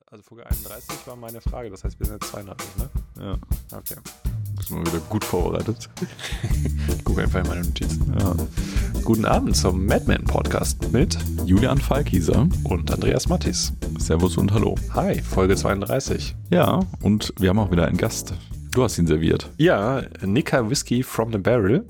Also Folge 31 war meine Frage, das heißt, wir sind jetzt 32, ne? Ja. Okay. Bist mal wieder gut vorbereitet. Ich gucke einfach in meine Notizen. Ja. Guten Abend zum Madman-Podcast mit Julian Falkieser. und Andreas Mattis. Servus und hallo. Hi, Folge 32. Ja, und wir haben auch wieder einen Gast. Du hast ihn serviert. Ja, Nika Whiskey from the Barrel.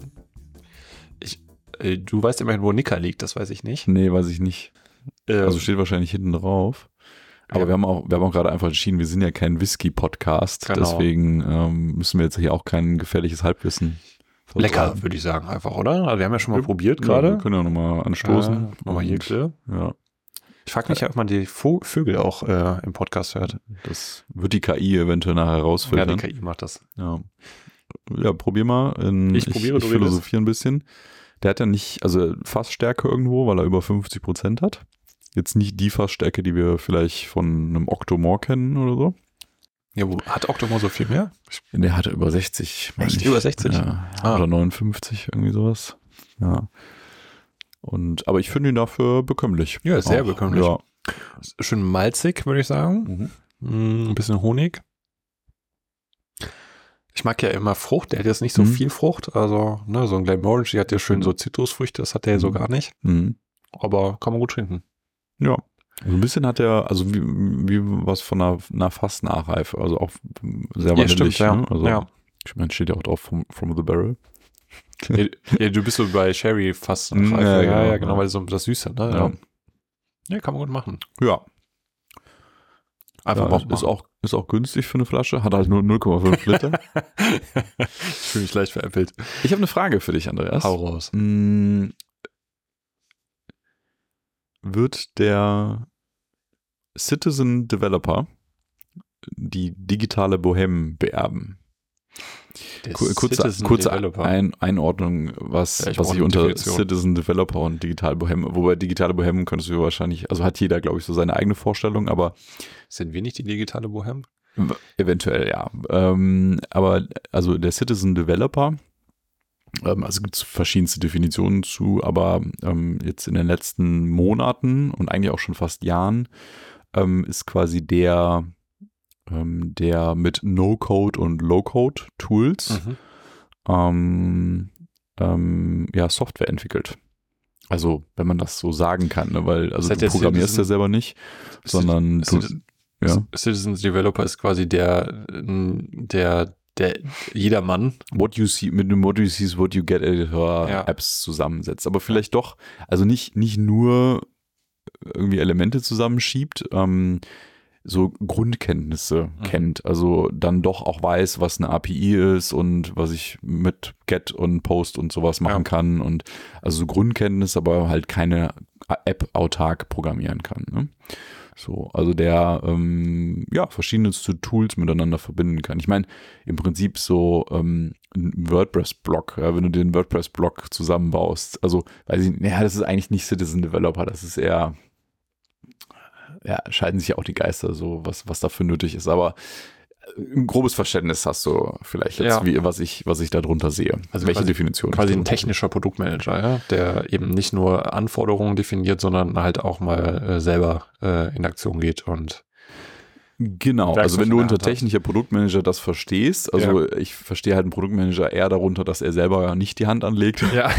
Du weißt immerhin, wo Nika liegt, das weiß ich nicht. Nee, weiß ich nicht. Also steht wahrscheinlich hinten drauf. Aber Ja. wir haben auch gerade einfach entschieden, wir sind ja kein Whisky-Podcast. Genau. Deswegen müssen wir jetzt hier auch kein gefährliches Halbwissen vertragen. Lecker, würde ich sagen, einfach, oder? Also wir haben ja schon mal probiert Ja, gerade. wir können ja nochmal anstoßen. Nochmal hier, bitte. Ja, Ich frage mich ja, ob man die Vögel auch im Podcast hört. das wird die KI eventuell nachher Ja, herausfiltern. die KI macht das. Ja, probier mal. Ich probiere, ich du philosophiere ein bisschen. Der hat ja nicht, also Fassstärke irgendwo, weil er über 50% hat. Jetzt nicht die Fassstärke, die wir vielleicht von einem Octomore kennen oder so. Ja, hat Octomore so viel mehr? Der hatte über 60. meine Echt? ich. Über 60? Ja, Ah. oder 59, irgendwie sowas. Ja. Aber ich finde ihn dafür bekömmlich. Ja, sehr Auch, bekömmlich. Ja. Schön malzig, würde ich sagen. Ein bisschen Honig. Ich mag ja immer Frucht, der hat jetzt nicht so viel Frucht. Also, ne, so ein Glenmorangie hat ja schön so Zitrusfrüchte, das hat der ja so gar nicht. Mhm. Aber kann man gut trinken. Ja. Also ein bisschen hat er, also wie was von einer Fassnachreife, also auch sehr vanillig. stimmt, ja. Ne? Also, Ja. ich meine, steht ja auch drauf from the barrel. Ja, du bist so bei Sherry fast. Ja, genau, weil so das Süße, ne? Ja. Ja, kann man gut machen. Ja. Einfach Ja, Bock machen. ist auch günstig für eine Flasche, hat halt nur 0,5 Liter. Ich fühle mich leicht veräppelt. Ich habe eine Frage für dich, Andreas. Hau raus. Wird der Citizen Developer die digitale Bohème beerben? Der Kurze Developer. Einordnung, was Ja, ich ich brauche eine unter Definition. Citizen Developer und Digital Bohème, wobei Digital Bohème könntest du wahrscheinlich, also hat jeder, glaube ich, so seine eigene Vorstellung, aber Sind wir nicht die digitale Bohème? eventuell ja. Aber also der Citizen Developer, also gibt es verschiedenste Definitionen zu, aber jetzt in den letzten Monaten und eigentlich auch schon fast Jahren ist quasi der mit No-Code und Low-Code-Tools Software entwickelt. Also, wenn man das so sagen kann, ne? Weil also Das heißt, du der programmierst ja selber nicht, sondern du, ja. Citizen Developer ist quasi der Jedermann. What you see, mit dem What you see is what you get Editor Ja. Apps zusammensetzt. Aber vielleicht doch, also nicht nur irgendwie Elemente zusammenschiebt, so Grundkenntnisse kennt. Also dann doch auch weiß, was eine API ist und was ich mit Get und Post und sowas machen kann. Und also so Grundkenntnisse, aber halt keine App autark programmieren kann. Ne? So, also der verschiedenste Tools miteinander verbinden kann. Ich meine, im Prinzip so ein WordPress-Blog, wenn du den WordPress-Blog zusammenbaust, also weiß ich, das ist eigentlich nicht Citizen Developer, das ist eher, scheiden sich ja auch die Geister, so was dafür nötig ist, aber ein grobes Verständnis hast du vielleicht jetzt, was ich da drunter sehe. Also welche quasi- Definition? Quasi ein technischer Produktmanager, ja, der eben nicht nur Anforderungen definiert, sondern halt auch mal selber in Aktion geht und Genau, Werkzeug also wenn in du der unter Hand hast. technischer Produktmanager das verstehst, also ich verstehe halt einen Produktmanager eher darunter, dass er selber nicht die Hand anlegt. ja.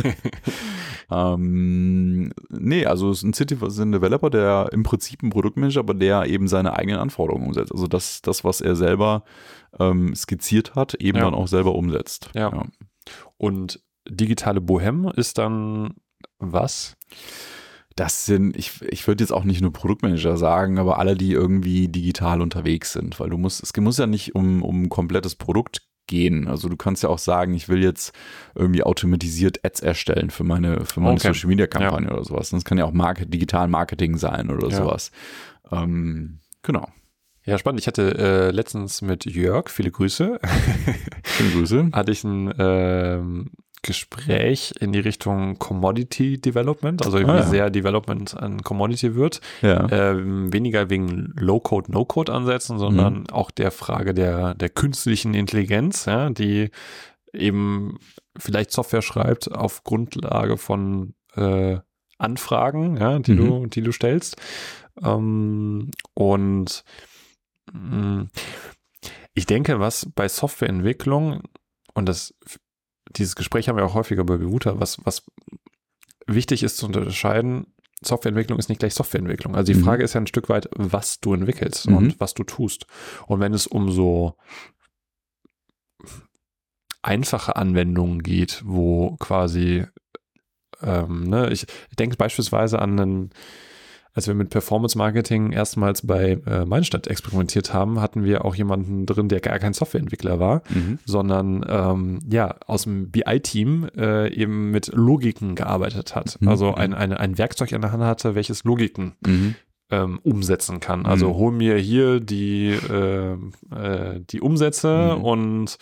Also es ist ein Citizen Developer, der im Prinzip ein Produktmanager, aber der eben seine eigenen Anforderungen umsetzt. Also das was er selber skizziert hat, eben dann auch selber umsetzt. Ja. Und digitale Bohème ist dann was? Das sind, ich würde jetzt auch nicht nur Produktmanager sagen, aber alle, die irgendwie digital unterwegs sind, weil es muss ja nicht um ein komplettes Produkt gehen. Also du kannst ja auch sagen, ich will jetzt irgendwie automatisiert Ads erstellen für meine Social Media Kampagne oder sowas. Das kann ja auch digital Marketing sein oder sowas. Genau. Ja, spannend. Ich hatte letztens mit Jörg, viele Grüße, Schöne Grüße. hatte ich ein Gespräch in die Richtung Commodity Development, also wie sehr Development ein Commodity wird. Ja. Weniger wegen Low-Code, No-Code Ansätzen, sondern auch der Frage der künstlichen Intelligenz, ja, die eben vielleicht Software schreibt auf Grundlage von Anfragen, ja, die du stellst. Und ich denke, was bei Softwareentwicklung, und dieses Gespräch haben wir auch häufiger bei Bevuta, was wichtig ist zu unterscheiden, Softwareentwicklung ist nicht gleich Softwareentwicklung. Also die Frage ist ja ein Stück weit, was du entwickelst und was du tust. Und wenn es um so einfache Anwendungen geht, wo quasi, ich denke beispielsweise an als wir mit Performance Marketing erstmals bei Meinstadt experimentiert haben, hatten wir auch jemanden drin, der gar kein Softwareentwickler war, sondern aus dem BI-Team eben mit Logiken gearbeitet hat. Also ein Werkzeug in der Hand hatte, welches Logiken umsetzen kann. Also hol mir hier die Umsätze und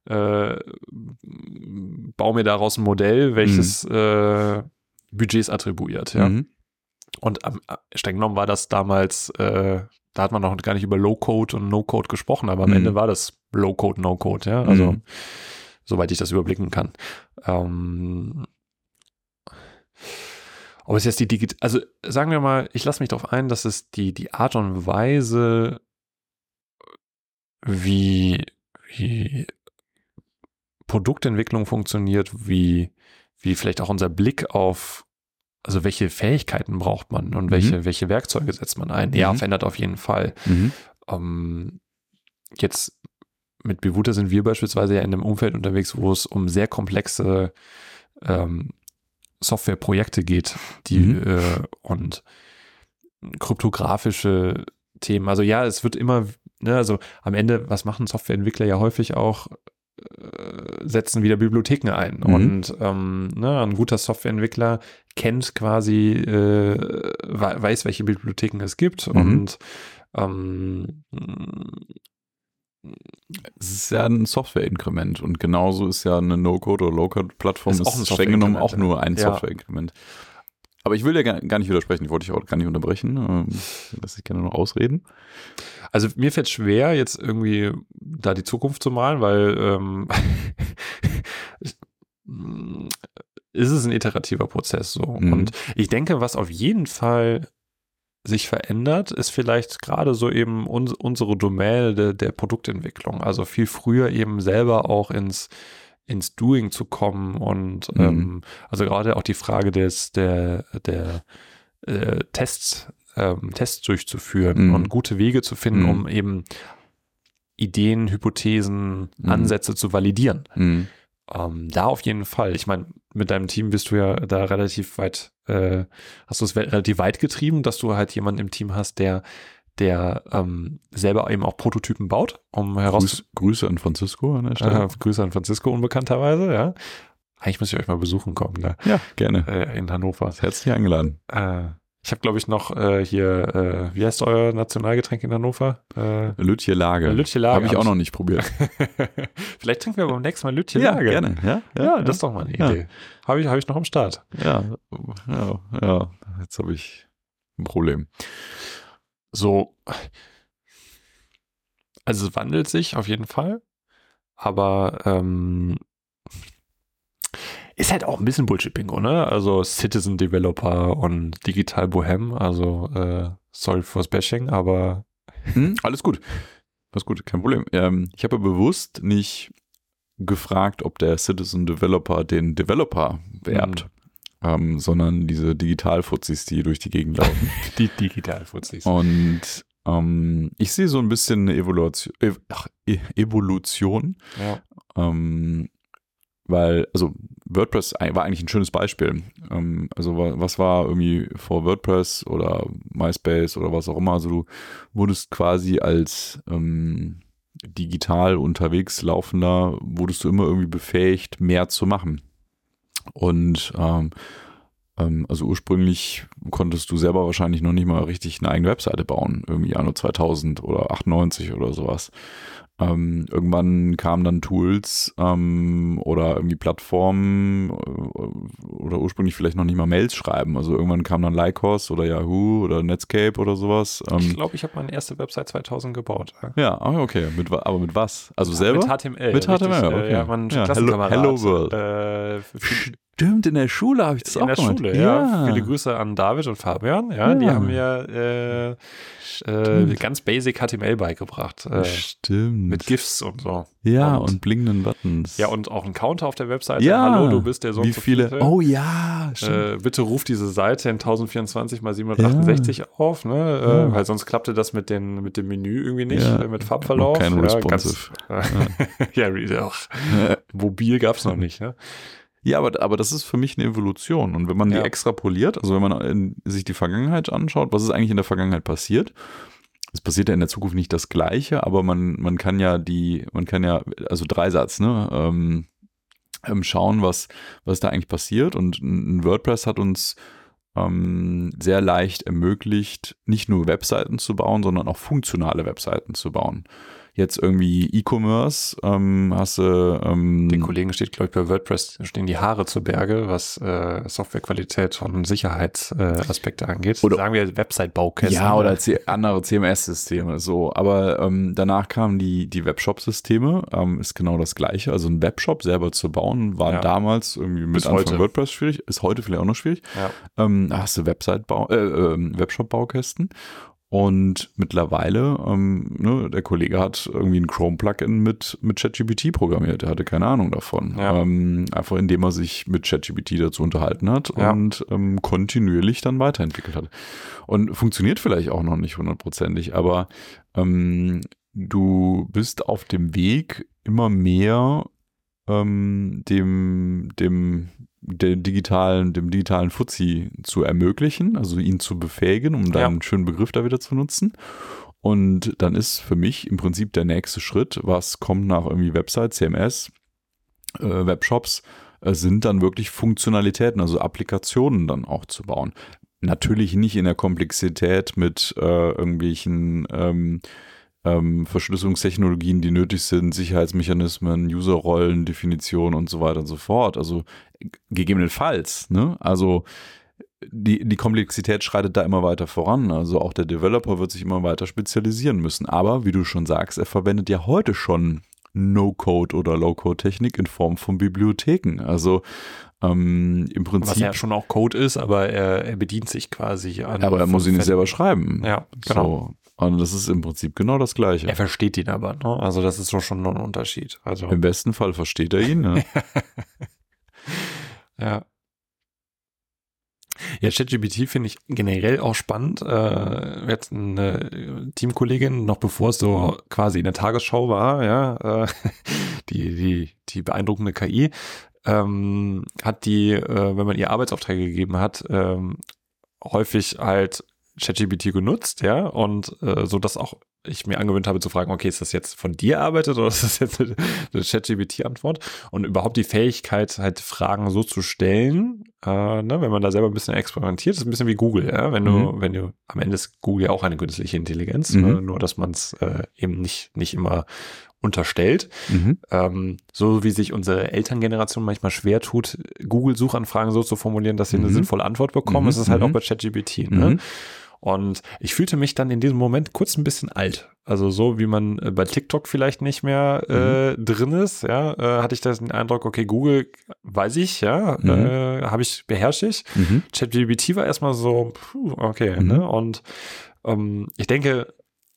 baue mir daraus ein Modell, welches Budgets attribuiert. Ja. Und streng genommen war das damals, da hat man noch gar nicht über Low-Code und No-Code gesprochen, aber am Ende war das Low-Code, No-Code, ja, also soweit ich das überblicken kann. Aber es ist jetzt also sagen wir mal, ich lasse mich darauf ein, dass es die Art und Weise, wie Produktentwicklung funktioniert, wie vielleicht auch unser Blick auf, also welche Fähigkeiten braucht man und welche Werkzeuge setzt man ein? Ja, verändert auf jeden Fall. Jetzt mit Bevuta sind wir beispielsweise ja in einem Umfeld unterwegs, wo es um sehr komplexe Softwareprojekte geht, und kryptografische Themen. Also ja, es wird immer, also am Ende, was machen Softwareentwickler ja häufig auch, setzen wieder Bibliotheken ein. Und ein guter Softwareentwickler kennt quasi, weiß, welche Bibliotheken es gibt und es ist ja ein Software-Inkrement und genauso ist ja eine No-Code- oder Low-Code-Plattform ist streng genommen auch nur ein Software-Inkrement. Aber ich will dir gar nicht widersprechen, ich wollte dich auch gar nicht unterbrechen, lass ich gerne noch ausreden. Also mir fällt schwer, jetzt irgendwie da die Zukunft zu malen, weil ist es ein iterativer Prozess so. Und ich denke, was auf jeden Fall sich verändert, ist vielleicht gerade so eben unsere Domäne der Produktentwicklung. Also viel früher eben selber auch ins Doing zu kommen und also gerade auch die Frage der Tests durchzuführen und gute Wege zu finden, um eben Ideen, Hypothesen, Ansätze zu validieren. Da auf jeden Fall. Ich meine, mit deinem Team bist du ja da relativ weit, hast du es relativ weit getrieben, dass du halt jemanden im Team hast, der selber eben auch Prototypen baut, um Grüße an Francisco an der Stelle. Grüße an Francisco unbekannterweise, ja. Eigentlich muss ich euch mal besuchen kommen. Da. Ja, gerne. In Hannover. Herzlich eingeladen. Ich habe, glaube ich, noch hier, wie heißt euer Nationalgetränk in Hannover? Lütje Lager. Lütje Lager. Habe ich auch noch nicht probiert. Vielleicht trinken wir beim nächsten Mal Lütje Lager. Gerne. Ja, das ist doch mal eine Idee. Habe ich noch am Start. Ja. Jetzt habe ich ein Problem. So, also es wandelt sich auf jeden Fall, aber ist halt auch ein bisschen Bullshit-Bingo, ne? Also Citizen Developer und Digital Bohem, also sorry fürs Bashing, aber alles gut, kein Problem. Ich habe bewusst nicht gefragt, ob der Citizen Developer den Developer werbt. Sondern diese Digital-Fuzis, die durch die Gegend laufen. Die Digital-Fuzis. Und ich sehe so ein bisschen eine Evolution. Ja. Weil, also WordPress war eigentlich ein schönes Beispiel. Also was war irgendwie vor WordPress oder MySpace oder was auch immer. Also du wurdest quasi als digital unterwegs Laufender, wurdest du immer irgendwie befähigt, mehr zu machen. Und also ursprünglich konntest du selber wahrscheinlich noch nicht mal richtig eine eigene Webseite bauen, irgendwie anno 2000 oder 98 oder sowas. Irgendwann kamen dann Tools oder irgendwie Plattformen oder ursprünglich vielleicht noch nicht mal Mails schreiben. Also irgendwann kam dann Lycos oder Yahoo oder Netscape oder sowas. Ich glaube, ich habe meine erste Website 2000 gebaut. Ja, okay. Aber mit was? Also selber? Mit HTML. Mit HTML, okay. Ja, man Klassenkamerad. Hello World. Stimmt, in der Schule habe ich das auch in der gemacht. Schule, ja. Viele Grüße an David und Fabian. Ja, die haben mir ganz basic HTML beigebracht. Stimmt. Mit GIFs und so. Ja, und blinkenden Buttons. Ja, und auch ein Counter auf der Webseite. Ja. Hallo, du bist der Sohn. Wie viele? Oh ja, stimmt. Bitte ruf diese Seite in 1024 x 768 auf, ne? Weil sonst klappte das mit dem Menü irgendwie nicht, mit Farbverlauf. Kein responsive. Mobil gab es noch nicht, ne? Ja, aber das ist für mich eine Evolution. Und wenn man die extrapoliert, also wenn man sich die Vergangenheit anschaut, was ist eigentlich in der Vergangenheit passiert? Es passiert ja in der Zukunft nicht das Gleiche, aber man kann ja also Dreisatz, ne? Schauen, was da eigentlich passiert. Und ein WordPress hat uns sehr leicht ermöglicht, nicht nur Webseiten zu bauen, sondern auch funktionale Webseiten zu bauen. Jetzt irgendwie E-Commerce, hast du... Den Kollegen steht, glaube ich, bei WordPress stehen die Haare zu Berge, was Softwarequalität und Sicherheitsaspekte angeht. Oder sagen wir Website-Baukästen. Ja, oder andere CMS-Systeme, so. Aber danach kamen die Webshop-Systeme, ist genau das Gleiche. Also ein Webshop selber zu bauen, war damals irgendwie mit Anfang WordPress schwierig, ist heute vielleicht auch noch schwierig. Ja. Hast du Webshop-Baukästen. Und mittlerweile, der Kollege hat irgendwie ein Chrome-Plugin mit ChatGPT programmiert. Er hatte keine Ahnung davon. Ja. Einfach indem er sich mit ChatGPT dazu unterhalten hat und kontinuierlich dann weiterentwickelt hat. Und funktioniert vielleicht auch noch nicht 100%, aber du bist auf dem Weg, immer mehr dem digitalen Fuzzi zu ermöglichen, also ihn zu befähigen, um deinen schönen Begriff da wieder zu nutzen. Und dann ist für mich im Prinzip der nächste Schritt, was kommt nach irgendwie Website, CMS, Webshops, sind dann wirklich Funktionalitäten, also Applikationen dann auch zu bauen. Natürlich nicht in der Komplexität mit irgendwelchen Verschlüsselungstechnologien, die nötig sind, Sicherheitsmechanismen, Userrollen, Definition und so weiter und so fort. Also gegebenenfalls, ne? Also die Komplexität schreitet da immer weiter voran. Also auch der Developer wird sich immer weiter spezialisieren müssen. Aber wie du schon sagst, er verwendet ja heute schon No-Code oder Low-Code-Technik in Form von Bibliotheken. Also im Prinzip. Was ja schon auch Code ist, aber er bedient sich quasi an. Aber er muss ihn nicht selber schreiben. Ja, genau. So. Und das ist im Prinzip genau das Gleiche. Er versteht ihn aber, ne? Also das ist so schon noch ein Unterschied. Also im besten Fall versteht er ihn, ne? Ja. Ja, ChatGPT finde ich generell auch spannend. Jetzt eine Teamkollegin, noch bevor es so quasi in der Tagesschau war, die beeindruckende KI, hat die, wenn man ihr Arbeitsaufträge gegeben hat, häufig halt ChatGPT genutzt, und so dass auch ich mir angewöhnt habe zu fragen, okay, ist das jetzt von dir erarbeitet oder ist das jetzt eine ChatGPT-Antwort? Und überhaupt die Fähigkeit, halt Fragen so zu stellen, wenn man da selber ein bisschen experimentiert, ist ein bisschen wie Google, wenn du, am Ende ist Google ja auch eine künstliche Intelligenz, nur dass man es eben nicht immer unterstellt. So wie sich unsere Elterngeneration manchmal schwer tut, Google-Suchanfragen so zu formulieren, dass sie eine sinnvolle Antwort bekommen, ist es halt auch bei ChatGPT, ne? Und ich fühlte mich dann in diesem Moment kurz ein bisschen alt. Also so wie man bei TikTok vielleicht nicht mehr drin ist, hatte ich den Eindruck, okay, Google weiß ich, beherrsche ich. ChatGPT war erstmal so, okay, ne? Und ich denke,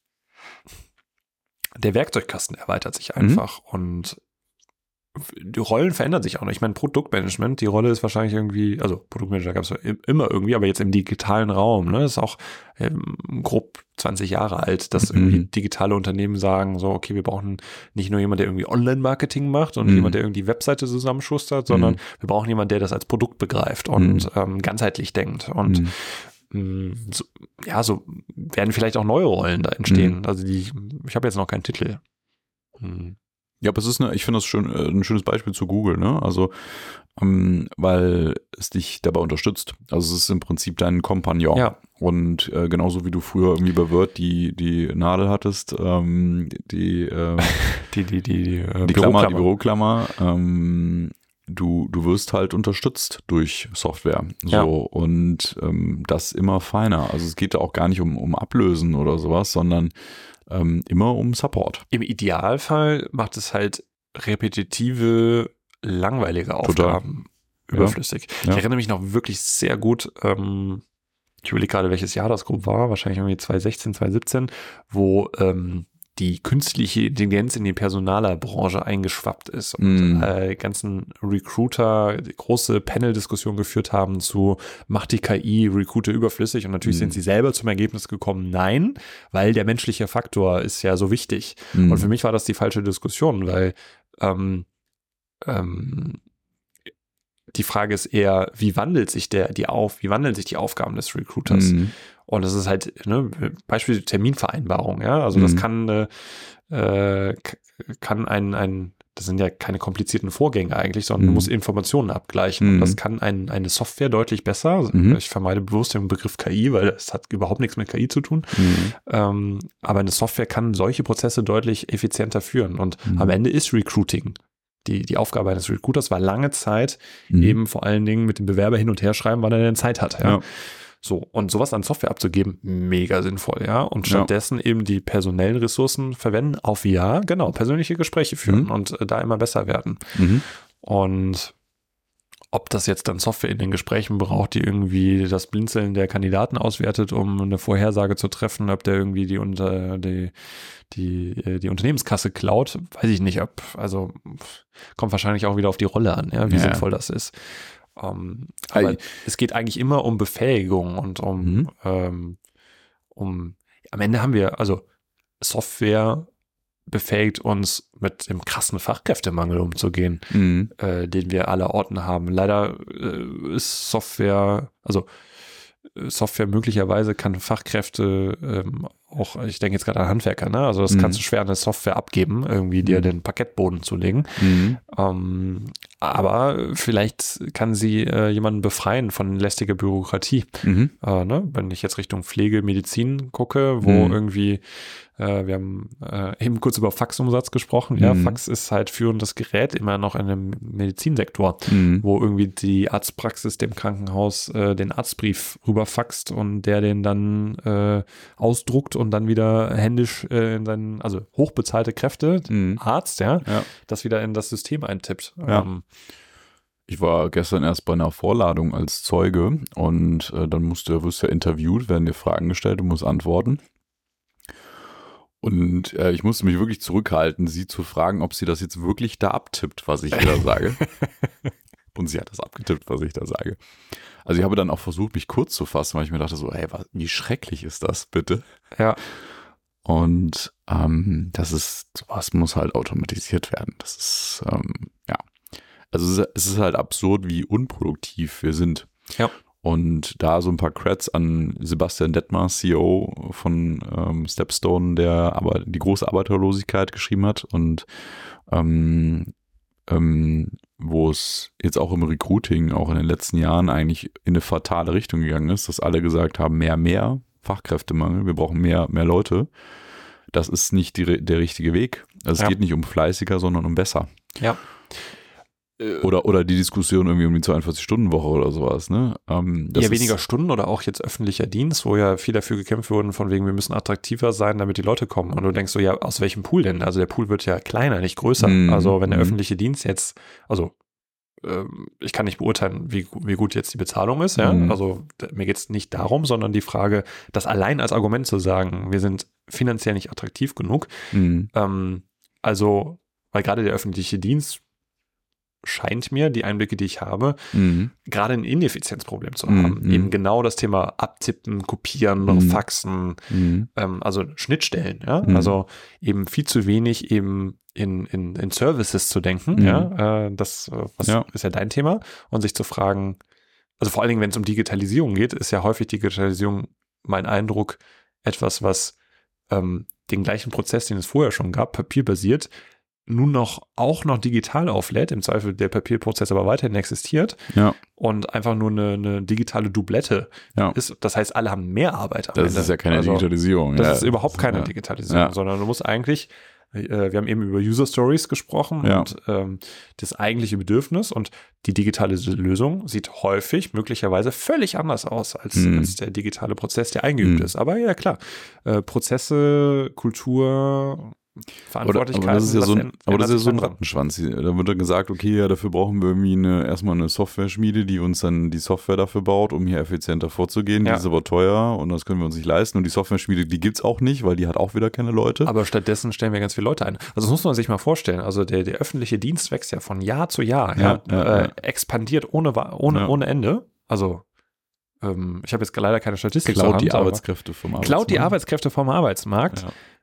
der Werkzeugkasten erweitert sich einfach und die Rollen verändern sich auch noch. Ich meine, Produktmanagement, die Rolle ist wahrscheinlich irgendwie, also Produktmanager gab es immer irgendwie, aber jetzt im digitalen Raum, ne, ist auch grob 20 Jahre alt, dass irgendwie digitale Unternehmen sagen, so, okay, wir brauchen nicht nur jemand, der irgendwie Online-Marketing macht und jemand, der irgendwie Webseite zusammenschustert, sondern wir brauchen jemanden, der das als Produkt begreift und ganzheitlich denkt. Und so werden vielleicht auch neue Rollen da entstehen. Also ich habe jetzt noch keinen Titel. Ja, aber ich finde das schön, ein schönes Beispiel zu Google, ne? Also, weil es dich dabei unterstützt. Also es ist im Prinzip dein Kompagnon. Ja. Und genauso wie du früher irgendwie bei Word die Nadel hattest, die Büroklammer, du wirst halt unterstützt durch Software. Und das immer feiner. Also es geht auch gar nicht um Ablösen oder sowas, sondern immer um Support. Im Idealfall macht es halt repetitive, langweilige Aufgaben überflüssig. Ja. Ich erinnere mich noch wirklich sehr gut, ich überlege gerade, welches Jahr das grob war, wahrscheinlich irgendwie 2016, 2017, wo die künstliche Intelligenz in die Personalerbranche eingeschwappt ist und ganzen Recruiter große Panel-Diskussionen geführt haben zu, macht die KI Recruiter überflüssig? Und natürlich sind sie selber zum Ergebnis gekommen, nein, weil der menschliche Faktor ist ja so wichtig. Und für mich war das die falsche Diskussion, weil die Frage ist eher, wie wandelt sich die Aufgaben des Recruiters? Und das ist halt, ne, Beispiel Terminvereinbarung, ja, also das kann das sind ja keine komplizierten Vorgänge eigentlich, sondern du musst Informationen abgleichen. Und das kann eine Software deutlich besser. Ich vermeide bewusst den Begriff KI, weil das hat überhaupt nichts mit KI zu tun. Aber eine Software kann solche Prozesse deutlich effizienter führen. Und am Ende ist Recruiting. Die Aufgabe eines Recruiters war lange Zeit eben vor allen Dingen mit dem Bewerber hin und her schreiben, wann er denn Zeit hat. Ja. So, und sowas an Software abzugeben, mega sinnvoll, ja. Und stattdessen eben die personellen Ressourcen verwenden auf persönliche Gespräche führen und da immer besser werden. Und ob das jetzt dann Software in den Gesprächen braucht, die irgendwie das Blinzeln der Kandidaten auswertet, um eine Vorhersage zu treffen, ob der irgendwie die Unternehmenskasse klaut, weiß ich nicht, kommt wahrscheinlich auch wieder auf die Rolle an, ja, wie sinnvoll das ist. Aber es geht eigentlich immer um Befähigung und am Ende haben wir, also Software befähigt uns mit dem krassen Fachkräftemangel umzugehen, den wir aller Orten haben. Leider ist Software möglicherweise kann Fachkräfte auch, ich denke jetzt gerade an Handwerker, ne? Also das kannst du schwer an der Software abgeben, irgendwie dir den Parkettboden zu legen. Aber vielleicht kann sie jemanden befreien von lästiger Bürokratie. Ne? Wenn ich jetzt Richtung Pflege, Medizin gucke, wo irgendwie wir haben eben kurz über Faxumsatz gesprochen. Ja, Fax ist halt führendes Gerät immer noch in dem Medizinsektor, wo irgendwie die Arztpraxis dem Krankenhaus den Arztbrief rüberfaxt und der den dann ausdruckt und dann wieder händisch in seinen, also hochbezahlte Kräfte, Arzt, das wieder in das System eintippt. Ich war gestern erst bei einer Vorladung als Zeuge und dann wirst du ja interviewt, werden dir Fragen gestellt, du musst antworten. Und ich musste mich wirklich zurückhalten, sie zu fragen, ob sie das jetzt wirklich da abtippt, was ich da sage. Und sie hat das abgetippt, was ich da sage. Also ich habe dann auch versucht, mich kurz zu fassen, weil ich mir dachte so, hey, wie schrecklich ist das bitte? Ja. Und sowas muss halt automatisiert werden. Das ist, Also es ist halt absurd, wie unproduktiv wir sind. Ja. Und da so ein paar Creds an Sebastian Detmar, CEO von Stepstone, der aber die große Arbeiterlosigkeit geschrieben hat und wo es jetzt auch im Recruiting, auch in den letzten Jahren eigentlich in eine fatale Richtung gegangen ist, dass alle gesagt haben, mehr Fachkräftemangel, wir brauchen mehr Leute. Das ist nicht der richtige Weg. Also es geht nicht um fleißiger, sondern um besser. Ja. Oder die Diskussion irgendwie um die 42-Stunden-Woche oder sowas, ne? Weniger Stunden oder auch jetzt öffentlicher Dienst, wo ja viel dafür gekämpft wurden, von wegen, wir müssen attraktiver sein, damit die Leute kommen. Und du denkst so, ja, aus welchem Pool denn? Also der Pool wird ja kleiner, nicht größer. Also wenn der öffentliche Dienst jetzt, ich kann nicht beurteilen, wie gut jetzt die Bezahlung ist, ja. Also mir geht es nicht darum, sondern die Frage, das allein als Argument zu sagen, wir sind finanziell nicht attraktiv genug. Weil gerade der öffentliche Dienst scheint mir, die Einblicke, die ich habe, gerade ein Ineffizienzproblem zu haben. Eben genau das Thema Abtippen, Kopieren, Faxen, also Schnittstellen, ja. Also eben viel zu wenig eben in Services zu denken, das ist ja dein Thema, und sich zu fragen, also vor allen Dingen, wenn es um Digitalisierung geht, ist ja häufig Digitalisierung, mein Eindruck, etwas, was den gleichen Prozess, den es vorher schon gab, papierbasiert, nun auch noch digital auflädt, im Zweifel der Papierprozess aber weiterhin existiert und einfach nur eine digitale Doublette ist. Das heißt, alle haben mehr Arbeit am Ende. Das ist ja keine Digitalisierung. Das ist überhaupt keine Digitalisierung, sondern du musst eigentlich, wir haben eben über User Stories gesprochen und das eigentliche Bedürfnis, und die digitale Lösung sieht häufig möglicherweise völlig anders aus als der digitale Prozess, der eingeübt ist. Aber ja, klar, Prozesse, Kultur, Verantwortlichkeiten. Aber das ist ja so ändert sich so ein langsam. Rattenschwanz. Da wird dann gesagt, okay, ja, dafür brauchen wir irgendwie erstmal eine Software-Schmiede, die uns dann die Software dafür baut, um hier effizienter vorzugehen. Die Ja. ist aber teuer und das können wir uns nicht leisten. Und die Software-Schmiede, die gibt's auch nicht, weil die hat auch wieder keine Leute. Aber stattdessen stellen wir ganz viele Leute ein. Also das muss man sich mal vorstellen. Also der öffentliche Dienst wächst ja von Jahr zu Jahr. Expandiert ohne Ende. Also ich habe jetzt leider keine Statistik zur Hand, Klaut die aber Arbeitskräfte vom Arbeitsmarkt. klaut die Arbeitskräfte vom Arbeitsmarkt.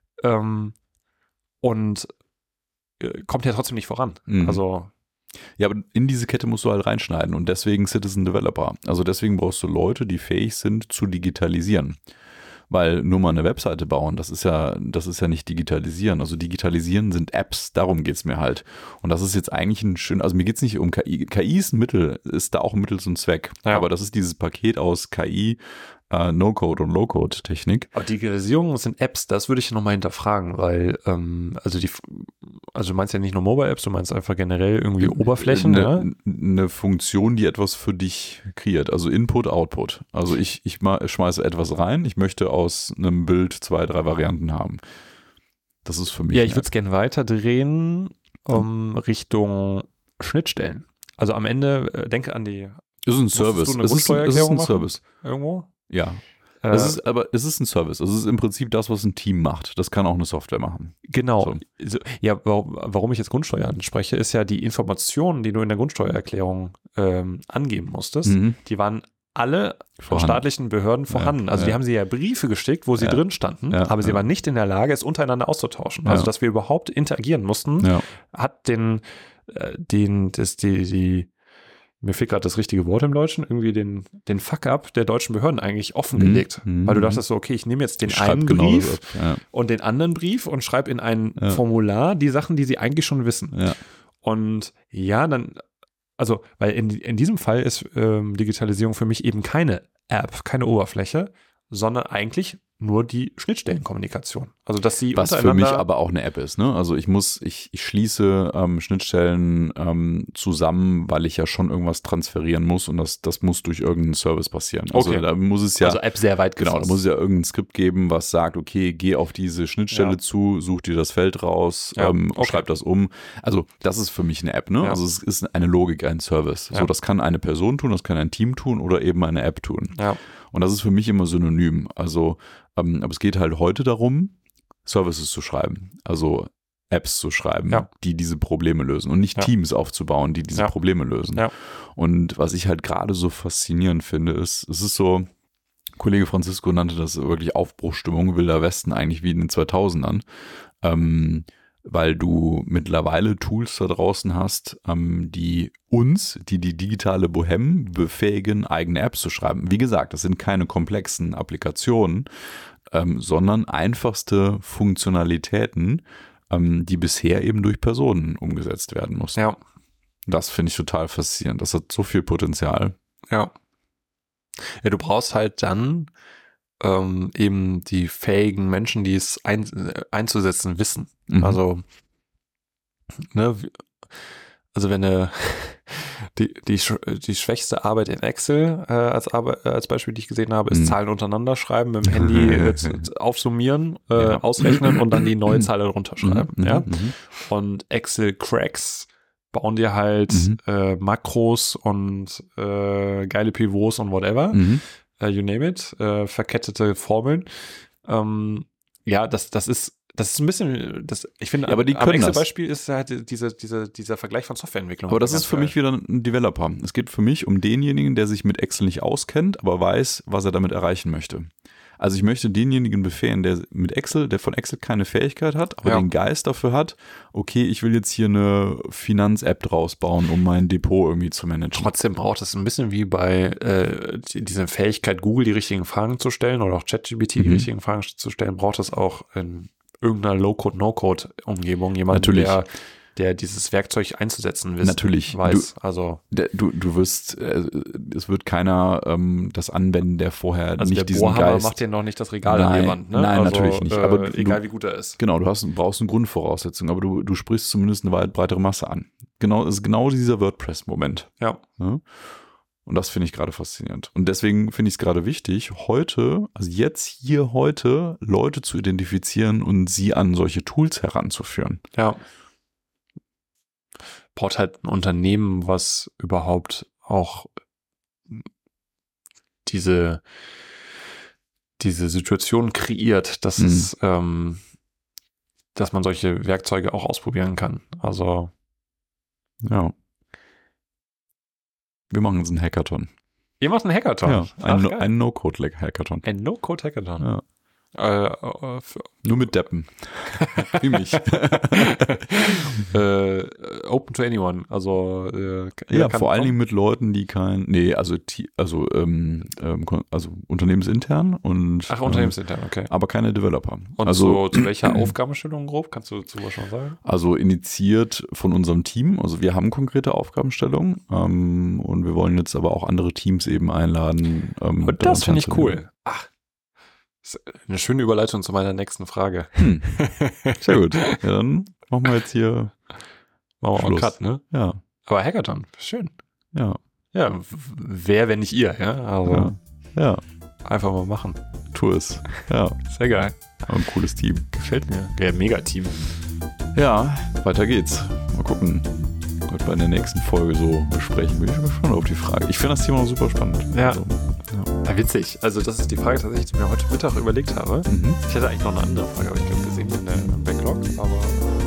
Und kommt ja trotzdem nicht voran. Mhm. Also Ja, aber in diese Kette musst du halt reinschneiden und deswegen Citizen Developer. Also deswegen brauchst du Leute, die fähig sind zu digitalisieren. Weil nur mal eine Webseite bauen, das ist ja nicht digitalisieren. Also digitalisieren sind Apps, darum geht's mir halt. Und das ist jetzt eigentlich also mir geht's nicht um KI. KI ist ein Mittel, ist da auch ein Mittel zum Zweck. Ja. Aber das ist dieses Paket aus KI, No-Code und Low-Code-Technik. aber Digitalisierung sind Apps, das würde ich nochmal hinterfragen, weil also du meinst ja nicht nur Mobile-Apps, du meinst einfach generell irgendwie Oberflächen, ja? Eine Funktion, die etwas für dich kreiert. Also Input, Output. Also ich schmeiße etwas rein, ich möchte aus einem Bild 2, 3 Varianten haben. Das ist für mich. Ja, ich würde es gerne weiterdrehen Richtung Schnittstellen. Also am Ende denke an die ist ein Musstest Service. du eine Es ist Grundsteuererklärung ein machen? Service. irgendwo. Ja. Es ist ein Service. Es ist im Prinzip das, was ein Team macht. Das kann auch eine Software machen. Genau. So, ja, warum ich jetzt Grundsteuer anspreche, ist ja die Informationen, die du in der Grundsteuererklärung angeben musstest, die waren alle von staatlichen Behörden vorhanden. Also die haben sie ja Briefe geschickt, wo sie drin standen, aber sie waren nicht in der Lage, es untereinander auszutauschen. Also dass wir überhaupt interagieren mussten, hat mir fehlt gerade das richtige Wort im Deutschen, irgendwie den Fuck-up der deutschen Behörden eigentlich offengelegt. Weil du dachtest so, okay, ich nehme jetzt den einen Brief und den anderen Brief und schreibe in ein Formular die Sachen, die sie eigentlich schon wissen. Ja. Und weil in diesem Fall ist Digitalisierung für mich eben keine App, keine Oberfläche, sondern eigentlich nur die Schnittstellenkommunikation. Also dass sie was für mich aber auch eine App ist, ne? Also ich schließe Schnittstellen zusammen, weil ich ja schon irgendwas transferieren muss und das muss durch irgendeinen Service passieren. Also da muss es ja, also App sehr weit gefasst. Genau, da muss es ja irgendein Skript geben, was sagt, okay, geh auf diese Schnittstelle zu, such dir das Feld raus, schreib das um. Also das ist für mich eine App, ne? Ja. Also es ist eine Logik, ein Service. Ja. So, das kann eine Person tun, das kann ein Team tun oder eben eine App tun. Ja. Und das ist für mich immer synonym. Also aber es geht halt heute darum, Services zu schreiben, also Apps zu schreiben, die diese Probleme lösen und nicht Teams aufzubauen, die diese Probleme lösen. Ja. Und was ich halt gerade so faszinierend finde, es ist so, Kollege Francisco nannte das wirklich Aufbruchsstimmung, Wilder Westen eigentlich wie in den 2000ern, weil du mittlerweile Tools da draußen hast, die digitale Bohème befähigen, eigene Apps zu schreiben. Wie gesagt, das sind keine komplexen Applikationen, sondern einfachste Funktionalitäten, die bisher eben durch Personen umgesetzt werden mussten. Ja. Das finde ich total faszinierend. Das hat so viel Potenzial. Ja. Ja, du brauchst halt dann eben die fähigen Menschen, die es einzusetzen wissen. Also, ne, also wenn die schwächste Arbeit in Excel als Beispiel, die ich gesehen habe, ist Zahlen untereinander schreiben, mit dem Handy aufsummieren, ausrechnen und dann die neue Zahl darunter schreiben. Und Excel-Cracks bauen dir halt Makros und geile Pivots und whatever. You name it, verkettete Formeln. Das ist ein bisschen, ich finde, aber die am können Excel-Beispiel ist halt dieser Vergleich von Softwareentwicklung. Aber das ist für mich wieder ein Developer. Es geht für mich um denjenigen, der sich mit Excel nicht auskennt, aber weiß, was er damit erreichen möchte. Also ich möchte denjenigen befehlen, der von Excel keine Fähigkeit hat, aber den Geist dafür hat, okay, ich will jetzt hier eine Finanz-App draus bauen, um mein Depot irgendwie zu managen. Trotzdem braucht es ein bisschen wie bei dieser Fähigkeit, Google die richtigen Fragen zu stellen oder auch ChatGPT die richtigen Fragen zu stellen, braucht es auch in irgendeiner Low-Code, No-Code-Umgebung jemanden, der dieses Werkzeug einzusetzen weiß. Natürlich. Du wirst, es wird keiner das anwenden, der vorher also nicht diesen Geist... Also der Bohrhammer Geist macht dir noch nicht das Regal an die Wand, ne? Nein, natürlich nicht. Aber egal wie gut er ist. Genau, brauchst eine Grundvoraussetzung, aber du sprichst zumindest eine weit breitere Masse an. Genau, das ist genau dieser WordPress-Moment. Ja. Und das finde ich gerade faszinierend. Und deswegen finde ich es gerade wichtig, heute, also jetzt hier heute, Leute zu identifizieren und sie an solche Tools heranzuführen. Ja. Braucht halt ein Unternehmen, was überhaupt auch diese Situation kreiert, dass es, dass man solche Werkzeuge auch ausprobieren kann. Also ja. Wir machen jetzt einen Hackathon. ihr macht einen Hackathon. Ja, ein No-Code-Hackathon. Ein No-Code-Hackathon. Ja. Nur mit Deppen. Wie mich. Open to anyone. Also ja, vor allen Dingen mit Leuten, die also unternehmensintern und unternehmensintern, okay. aber keine Developer. Und also zu welcher Aufgabenstellung grob? Kannst du sowas schon sagen? Also initiiert von unserem Team. Also wir haben konkrete Aufgabenstellungen und wir wollen jetzt aber auch andere Teams eben einladen. Und das finde ich cool. Ach, eine schöne Überleitung zu meiner nächsten Frage. Sehr gut. Ja, dann machen wir jetzt hier machen wir einen Cut, ne? Ja. Aber Hackathon, schön. Ja. Ja, wer, wenn nicht ihr, ja? Also ja. Einfach mal machen. Tu es. Ja. Sehr geil. Ein cooles Team. Gefällt mir. Ja, mega Team. Ja, weiter geht's. Mal gucken, was wir in der nächsten Folge so besprechen. Bin ich schon gespannt auf die Frage. Ich finde das Thema super spannend. Ja. Also, ja, witzig. Also das ist die Frage tatsächlich, die ich mir heute Mittag überlegt habe. Ich hätte eigentlich noch eine andere Frage, aber ich glaube, wir sehen in der Backlog. Aber